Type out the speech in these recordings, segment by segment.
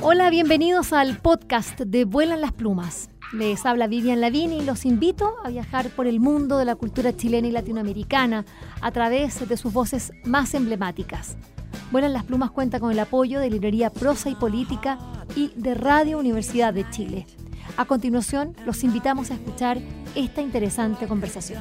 Hola, bienvenidos al podcast de Vuelan las Plumas. Les habla Vivian Lavín y los invito a viajar por el mundo de la cultura chilena y latinoamericana a través de sus voces más emblemáticas. Vuelan las Plumas cuenta con el apoyo de Librería Prosa y Política y de Radio Universidad de Chile. A continuación, los invitamos a escuchar esta interesante conversación.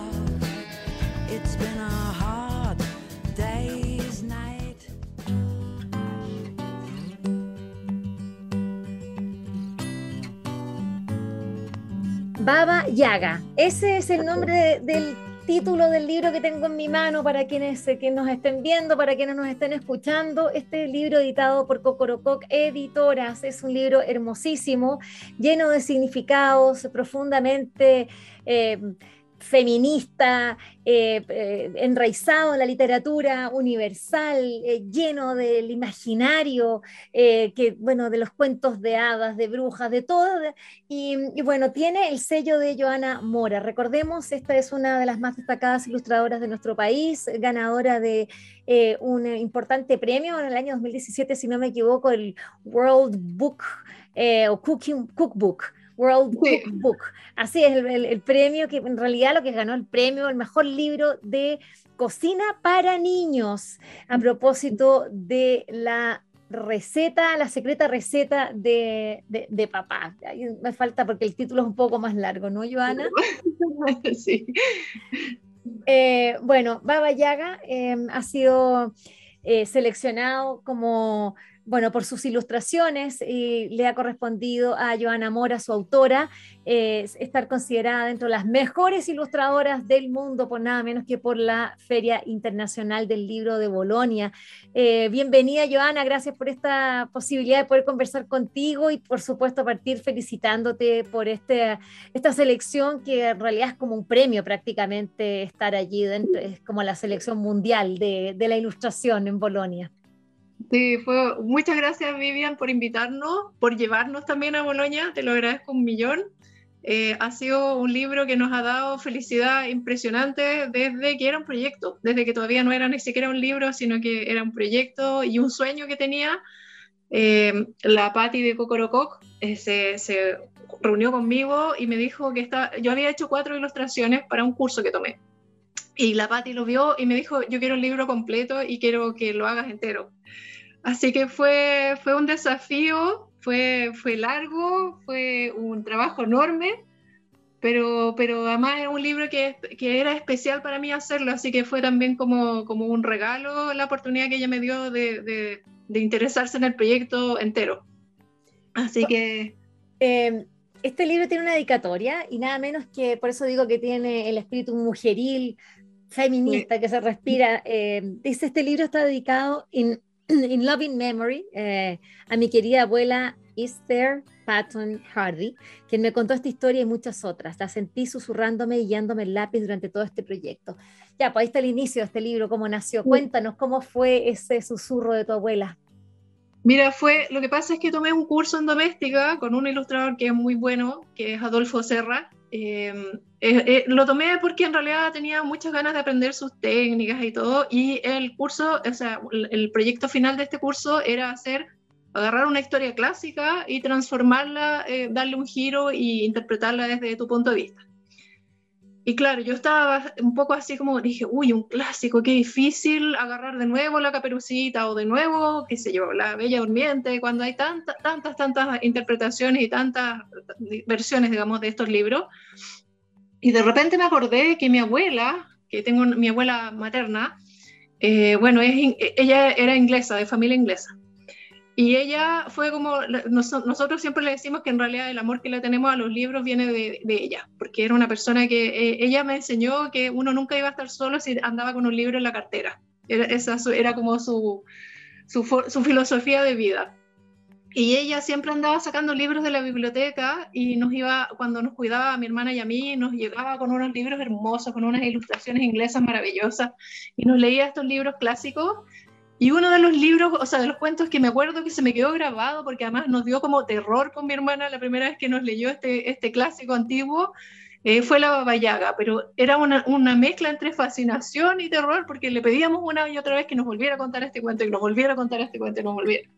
Baba Yaga, ese es el nombre del título del libro que tengo en mi mano para quienes que nos estén viendo, para quienes nos estén escuchando. Este libro editado por Cocorococ Editoras es un libro hermosísimo, lleno de significados, profundamente feminista, enraizado en la literatura universal, lleno del imaginario, de los cuentos de hadas, de brujas, de todo. Y bueno, tiene el sello de Joana Mora. Recordemos, esta es una de las más destacadas ilustradoras de nuestro país, ganadora de un importante premio en el año 2017, si no me equivoco, el World Book o Cookbook. World Cookbook. Así es, el premio que en realidad lo que ganó el premio, el mejor libro de cocina para niños, a propósito de la receta, la secreta receta de papá. Ahí me falta porque el título es un poco más largo, ¿no, Joana? Sí. Bueno, Baba Yaga ha sido seleccionado como, bueno, por sus ilustraciones y le ha correspondido a Joana Mora, su autora, estar considerada dentro de las mejores ilustradoras del mundo, por nada menos que por la Feria Internacional del Libro de Bolonia. Bienvenida, Joana, gracias por esta posibilidad de poder conversar contigo y, por supuesto, partir felicitándote por esta selección que en realidad es como un premio prácticamente estar allí dentro, es como la selección mundial de la ilustración en Bolonia. Sí, muchas gracias, Vivian, por invitarnos, por llevarnos también a Bolonia, te lo agradezco un millón. Ha sido un libro que nos ha dado felicidad impresionante desde que era un proyecto, desde que todavía no era ni siquiera un libro, sino que era un proyecto y un sueño que tenía. La Patti de Cocorococ se reunió conmigo y me dijo que yo había hecho 4 ilustraciones para un curso que tomé. Y la Patti lo vio y me dijo, yo quiero el libro completo y quiero que lo hagas entero. Así que fue un desafío, fue largo, fue un trabajo enorme, pero además era un libro que era especial para mí hacerlo, así que fue también como un regalo la oportunidad que ella me dio de interesarse en el proyecto entero. Así que... Este libro tiene una dedicatoria y nada menos que, por eso digo que tiene el espíritu mujeril, feminista que se respira. Dice, este libro está dedicado in loving memory a mi querida abuela Esther Patton Hardy, quien me contó esta historia y muchas otras. La sentí susurrándome y guiándome el lápiz durante todo este proyecto. Ya, pues ahí está el inicio de este libro, cómo nació. Cuéntanos cómo fue ese susurro de tu abuela. Mira, lo que pasa es que tomé un curso en doméstica con un ilustrador que es muy bueno, que es Adolfo Serra. Lo tomé porque en realidad tenía muchas ganas de aprender sus técnicas y todo, y el curso, o sea, el proyecto final de este curso era agarrar una historia clásica y transformarla, darle un giro y interpretarla desde tu punto de vista. Y claro, yo estaba un poco así como dije, uy, un clásico, qué difícil agarrar de nuevo la Caperucita o de nuevo, qué sé yo, la Bella Durmiente, cuando hay tantas interpretaciones y tantas versiones, digamos, de estos libros. Y de repente me acordé que mi abuela, que tengo mi abuela materna, ella era inglesa, de familia inglesa. Y ella fue como, nosotros siempre le decimos que en realidad el amor que le tenemos a los libros viene de ella, porque era una persona que ella me enseñó que uno nunca iba a estar solo si andaba con un libro en la cartera. Era como su filosofía de vida. Y ella siempre andaba sacando libros de la biblioteca y cuando nos cuidaba a mi hermana y a mí, nos llegaba con unos libros hermosos, con unas ilustraciones inglesas maravillosas, y nos leía estos libros clásicos. Y uno de los libros, o sea, de los cuentos que me acuerdo que se me quedó grabado, porque además nos dio como terror con mi hermana la primera vez que nos leyó este clásico antiguo, fue la Baba Yaga, pero era una mezcla entre fascinación y terror, porque le pedíamos una y otra vez que nos volviera a contar este cuento, y nos volviera a contar este cuento, y nos volviera.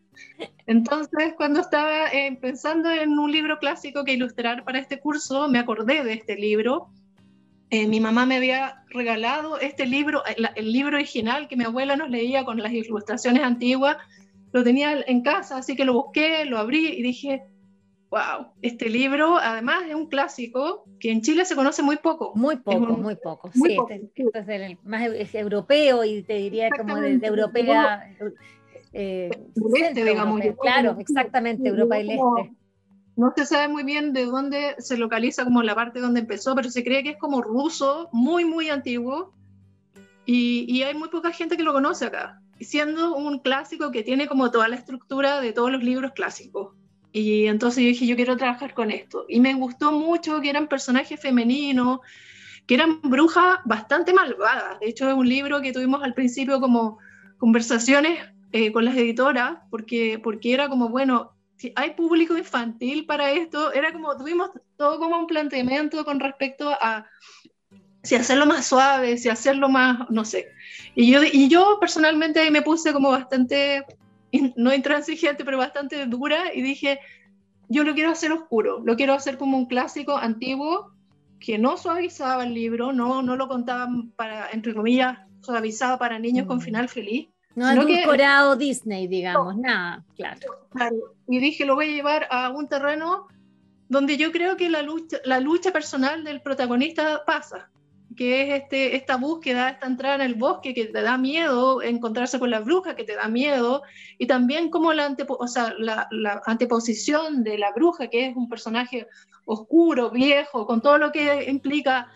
Entonces, cuando estaba pensando en un libro clásico que ilustrar para este curso, me acordé de este libro. Mi mamá me había regalado este libro, el libro original que mi abuela nos leía con las ilustraciones antiguas, lo tenía en casa, así que lo busqué, lo abrí y dije, wow, este libro además es un clásico que en Chile se conoce muy poco. Muy poco, muy poco. Muy Sí, poco, sí, este es más es europeo y te diría como de exactamente. europea, Del este, digamos, yo centroeuropea. creo que Claro, exactamente, Europa del Este. no se sabe muy bien de dónde se localiza como la parte donde empezó, pero se cree que es como ruso, muy, muy antiguo, y hay muy poca gente que lo conoce acá, siendo un clásico que tiene como toda la estructura de todos los libros clásicos. Y entonces yo dije, yo quiero trabajar con esto. Y me gustó mucho que eran personajes femeninos, que eran brujas bastante malvadas. De hecho, es un libro que tuvimos al principio como conversaciones con las editoras, porque era como, bueno, si hay público infantil para esto, era como, tuvimos todo como un planteamiento con respecto a si hacerlo más suave, si hacerlo más, no sé. Y yo personalmente ahí me puse como bastante, no intransigente, pero bastante dura y dije, yo lo quiero hacer oscuro, lo quiero hacer como un clásico antiguo que no suavizaba el libro, no lo contaban para, entre comillas, suavizado para niños con final feliz, No sino que, edulcorado Disney, digamos, nada, claro. claro, y dije, lo voy a llevar a un terreno donde yo creo que la lucha personal del protagonista pasa, que es esta búsqueda, esta entrada en el bosque que te da miedo, encontrarse con la bruja que te da miedo, y también como la anteposición de la bruja, que es un personaje oscuro, viejo, con todo lo que implica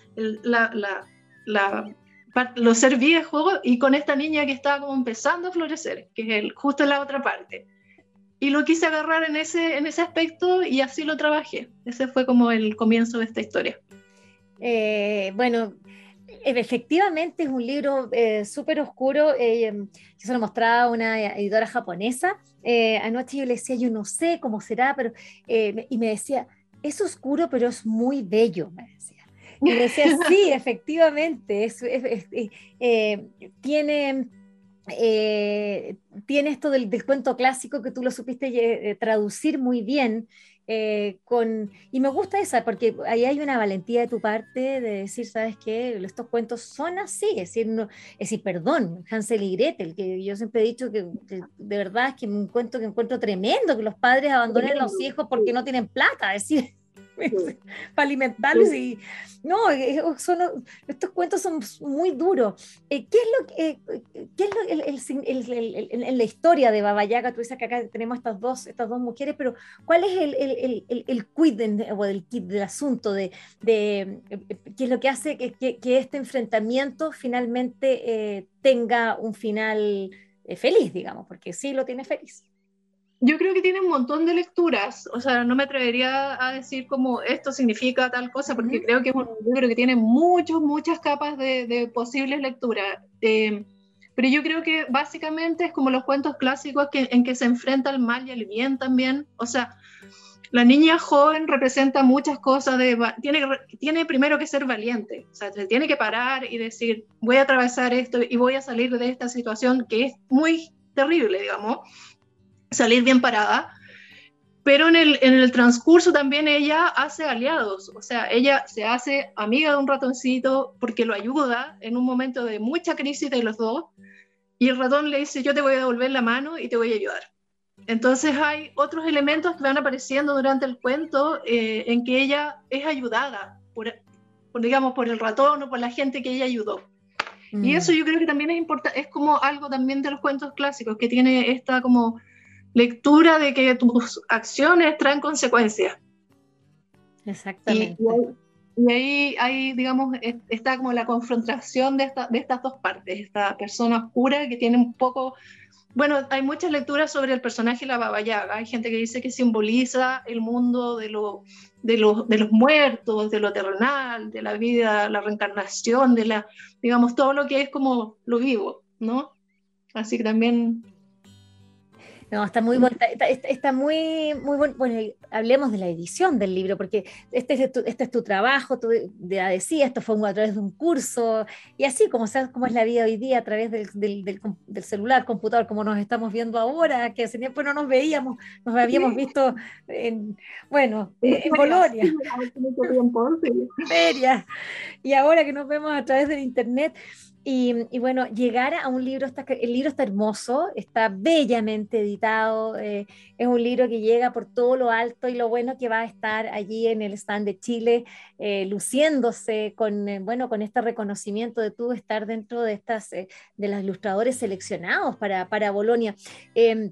lo ser viejo, y con esta niña que está como empezando a florecer, que es justo en la otra parte. Y lo quise agarrar en ese aspecto y así lo trabajé. Ese fue como el comienzo de esta historia. Bueno, efectivamente es un libro súper oscuro. Yo se lo mostraba a una editora japonesa. Anoche yo le decía, yo no sé cómo será, pero y me decía, es oscuro, pero es muy bello, me decía. Y le decía, sí, efectivamente, tiene tiene esto del cuento clásico que tú lo supiste traducir muy bien. Y me gusta esa, porque ahí hay una valentía de tu parte de decir, ¿sabes qué? Estos cuentos son así, es decir, perdón, Hansel y Gretel, que yo siempre he dicho que de verdad es que un cuento que encuentro tremendo, que los padres abandonen a los hijos porque no tienen plata, es decir, para alimentarlos y no, estos cuentos son muy duros. ¿Qué es en la historia de Baba Yaga? Tú dices que acá tenemos estas dos mujeres, pero ¿cuál es el quid o el kit del asunto qué es lo que hace que este enfrentamiento finalmente tenga un final feliz, digamos, porque sí lo tiene feliz? Yo creo que tiene un montón de lecturas, o sea, no me atrevería a decir como esto significa tal cosa, porque creo que es un libro que tiene muchas capas de posibles lecturas. Pero yo creo que básicamente es como los cuentos clásicos en que se enfrenta el mal y el bien también. O sea, la niña joven representa muchas cosas, tiene primero que ser valiente, o sea, se tiene que parar y decir, voy a atravesar esto y voy a salir de esta situación que es muy terrible, digamos, salir bien parada, pero en el transcurso también ella hace aliados, o sea, ella se hace amiga de un ratoncito porque lo ayuda en un momento de mucha crisis de los dos, y el ratón le dice, yo te voy a devolver la mano y te voy a ayudar. Entonces hay otros elementos que van apareciendo durante el cuento en que ella es ayudada digamos, por el ratón o por la gente que ella ayudó. Y eso yo creo que también es importante, es como algo también de los cuentos clásicos, que tiene esta como lectura de que tus acciones traen consecuencias. Exactamente. Y ahí, digamos, está como la confrontación de estas dos partes, esta persona oscura que tiene un poco... Bueno, hay muchas lecturas sobre el personaje de la Baba Yaga. Hay gente que dice que simboliza el mundo de los muertos, de lo terrenal, de la vida, la reencarnación, digamos, todo lo que es como lo vivo, ¿no? Así que también... No, está muy bueno, está muy, muy bueno. Bueno, y hablemos de la edición del libro, porque este es tu trabajo, tú ya decías, esto fue a través de un curso, y así como sabes cómo es la vida hoy día a través del celular, computador, como nos estamos viendo ahora, que hace tiempo no nos veíamos, nos habíamos Sí, visto en, bueno, en en feria, sí, Bolonia, hace mucho tiempo, sí. ferias, y ahora que nos vemos a través del internet. Y bueno, llegar a un libro, el libro está hermoso, está bellamente editado, es un libro que llega por todo lo alto y lo bueno que va a estar allí en el stand de Chile, luciéndose con, bueno, con este reconocimiento de tú estar dentro de de los ilustradores seleccionados para Bolonia. Eh,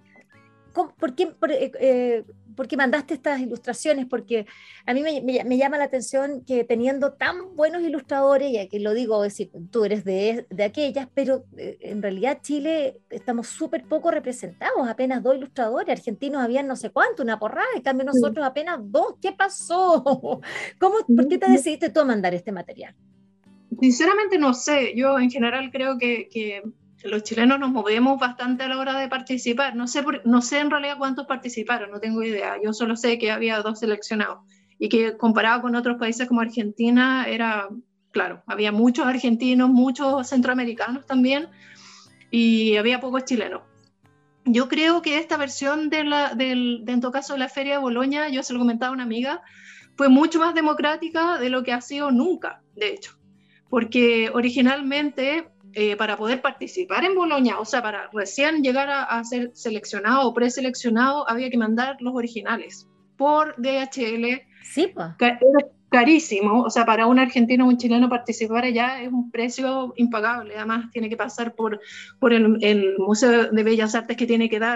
¿Por qué mandaste estas ilustraciones? Porque a mí me llama la atención que teniendo tan buenos ilustradores, y aquí lo digo, es decir, tú eres de aquellas, pero en realidad Chile estamos súper poco representados, apenas 2 ilustradores, argentinos habían no sé cuánto, una porrada, en cambio Sí. nosotros apenas 2, ¿qué pasó? ¿Por qué te decidiste tú a mandar este material? Sinceramente no sé, yo en general creo que los chilenos nos movemos bastante a la hora de participar. No sé, no sé en realidad cuántos participaron, no tengo idea. Yo solo sé que había 2 seleccionados y que comparado con otros países como Argentina era, claro, había muchos argentinos, muchos centroamericanos también y había pocos chilenos. Yo creo que esta versión en todo caso, de la Feria de Boloña, yo se lo comentaba a una amiga, fue mucho más democrática de lo que ha sido nunca, de hecho. Porque originalmente, para poder participar en Boloña, o sea, para recién llegar a ser seleccionado o preseleccionado, había que mandar los originales por DHL. Sí, pues. Era carísimo, o sea, para un argentino o un chileno participar allá es un precio impagable. Además, tiene que pasar por el Museo de Bellas Artes, que tiene que dar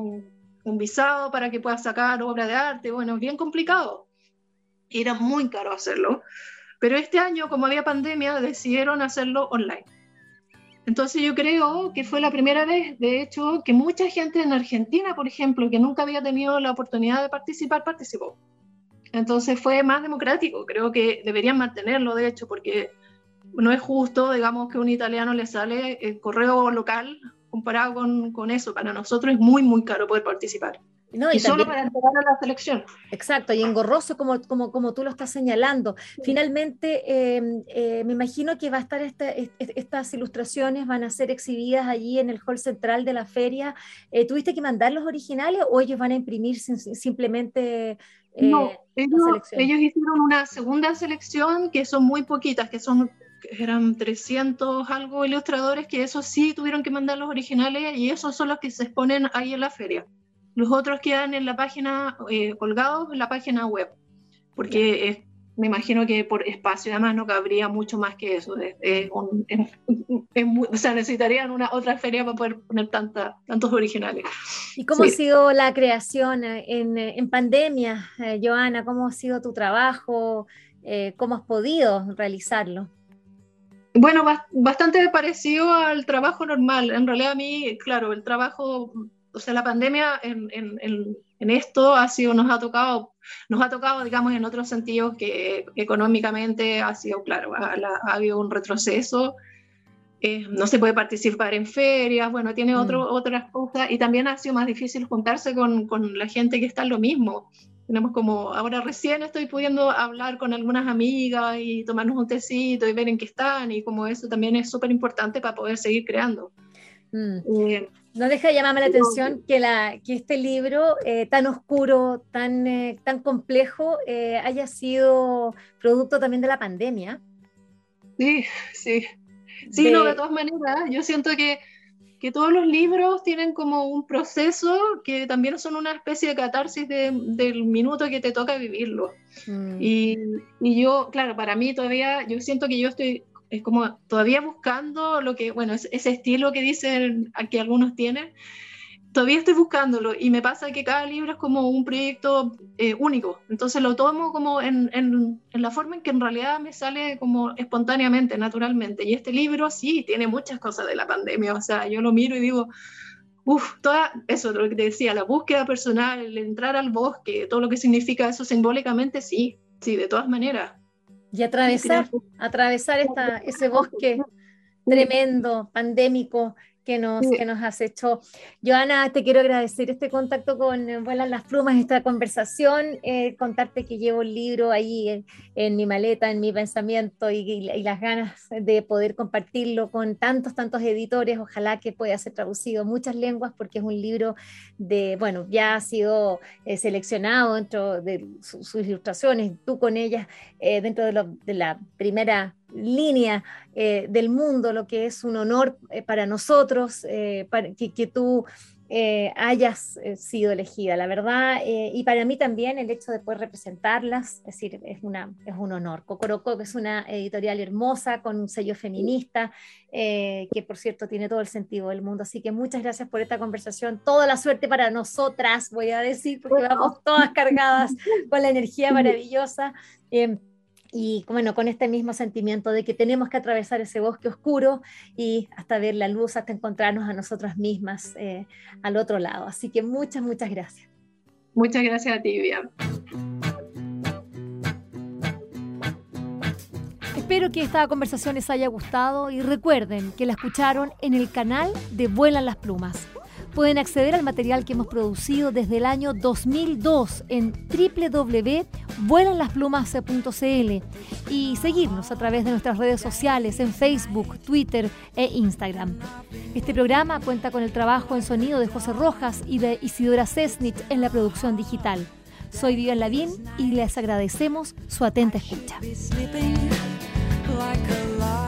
un visado para que pueda sacar obra de arte. Bueno, es bien complicado. Era muy caro hacerlo. Pero este año, como había pandemia, decidieron hacerlo online. Entonces yo creo que fue la primera vez, de hecho, que mucha gente en Argentina, por ejemplo, que nunca había tenido la oportunidad de participar, participó. Entonces fue más democrático, creo que deberían mantenerlo, de hecho, porque no es justo, digamos, que a un italiano le sale el correo local comparado con eso. Para nosotros es muy, muy caro poder participar. No, Y y solo también para entrar a la selección. exacto, y engorroso como tú lo estás señalando. Finalmente, me imagino que va a estar estas ilustraciones van a ser exhibidas allí en el hall central de la feria. ¿Tuviste que mandar los originales o ellos van a imprimir simplemente No, la selección? ellos hicieron una segunda selección que son muy poquitas, eran 300 algo ilustradores, que esos sí tuvieron que mandar los originales y esos son los que se exponen ahí en la feria. Los otros quedan en la página, colgados en la página web, Ya. porque me imagino que por espacio además no cabría mucho más que eso. O sea, necesitarían una otra feria para poder poner tantos originales. ¿Y cómo ha Sí. sido la creación en pandemia, Joana? ¿Cómo ha sido tu trabajo? ¿Cómo has podido realizarlo? Bueno, bastante parecido al trabajo normal. En realidad a mí, claro, el trabajo, o sea, la pandemia en esto nos ha tocado, digamos, en otros sentidos que económicamente ha sido, claro, ha habido un retroceso. No se puede participar en ferias, bueno, tiene Mm. otras cosas, y también ha sido más difícil juntarse con la gente que está en lo mismo. Tenemos como, ahora recién estoy pudiendo hablar con algunas amigas y tomarnos un tecito y ver en qué están, y como eso también es súper importante para poder seguir creando. Mm. Eh, No deja de llamarme la pero, atención que este libro tan oscuro, tan complejo, haya sido producto también de la pandemia. sí, sí, sí, no, de De, todas maneras, yo siento que todos los libros tienen como un proceso que también son una especie de catarsis del minuto que te toca vivirlo. mm, Y, y yo, claro, para mí todavía, yo siento que yo estoy como todavía buscando lo que, bueno, ese estilo que dicen que algunos tienen, todavía estoy buscándolo y me pasa que cada libro es como un proyecto único, entonces lo tomo como en la forma en que en realidad me sale como espontáneamente, naturalmente, y este libro sí tiene muchas cosas de la pandemia, o sea, yo lo miro y digo, uff, toda eso, lo que te decía, la búsqueda personal, el entrar al bosque, todo lo que significa eso simbólicamente, sí, sí, de todas maneras. y Y crear atravesar ese bosque sí, tremendo, pandémico, que nos has hecho. Joana, te quiero agradecer este contacto con Vuelan las Plumas, esta conversación, contarte que llevo el libro ahí en mi maleta, en mi pensamiento y las ganas de poder compartirlo con tantos editores. Ojalá que pueda ser traducido a muchas lenguas, porque es un libro ya ha sido seleccionado dentro de sus ilustraciones, tú con ellas, dentro de la primera línea del mundo, lo que es un honor para nosotros, que tú hayas sido elegida, la verdad, y para mí también el hecho de poder representarlas, es decir, es un honor. Cocoroco, que es una editorial hermosa, con un sello feminista, que por cierto tiene todo el sentido del mundo, así que muchas gracias por esta conversación, toda la suerte para nosotras, voy a decir, porque vamos todas cargadas con la energía maravillosa, y bueno, con este mismo sentimiento de que tenemos que atravesar ese bosque oscuro y hasta ver la luz, hasta encontrarnos a nosotras mismas al otro lado. Así que muchas gracias. Muchas gracias a ti, Vivian. Espero que esta conversación les haya gustado y recuerden que la escucharon en el canal de Vuelan las Plumas. Pueden acceder al material que hemos producido desde el año 2002 en www.vuelanlasplumas.cl y seguirnos a través de nuestras redes sociales en Facebook, Twitter e Instagram. Este programa cuenta con el trabajo en sonido de José Rojas y de Isidora Cesnich en la producción digital. Soy Vivian Lavín y les agradecemos su atenta escucha.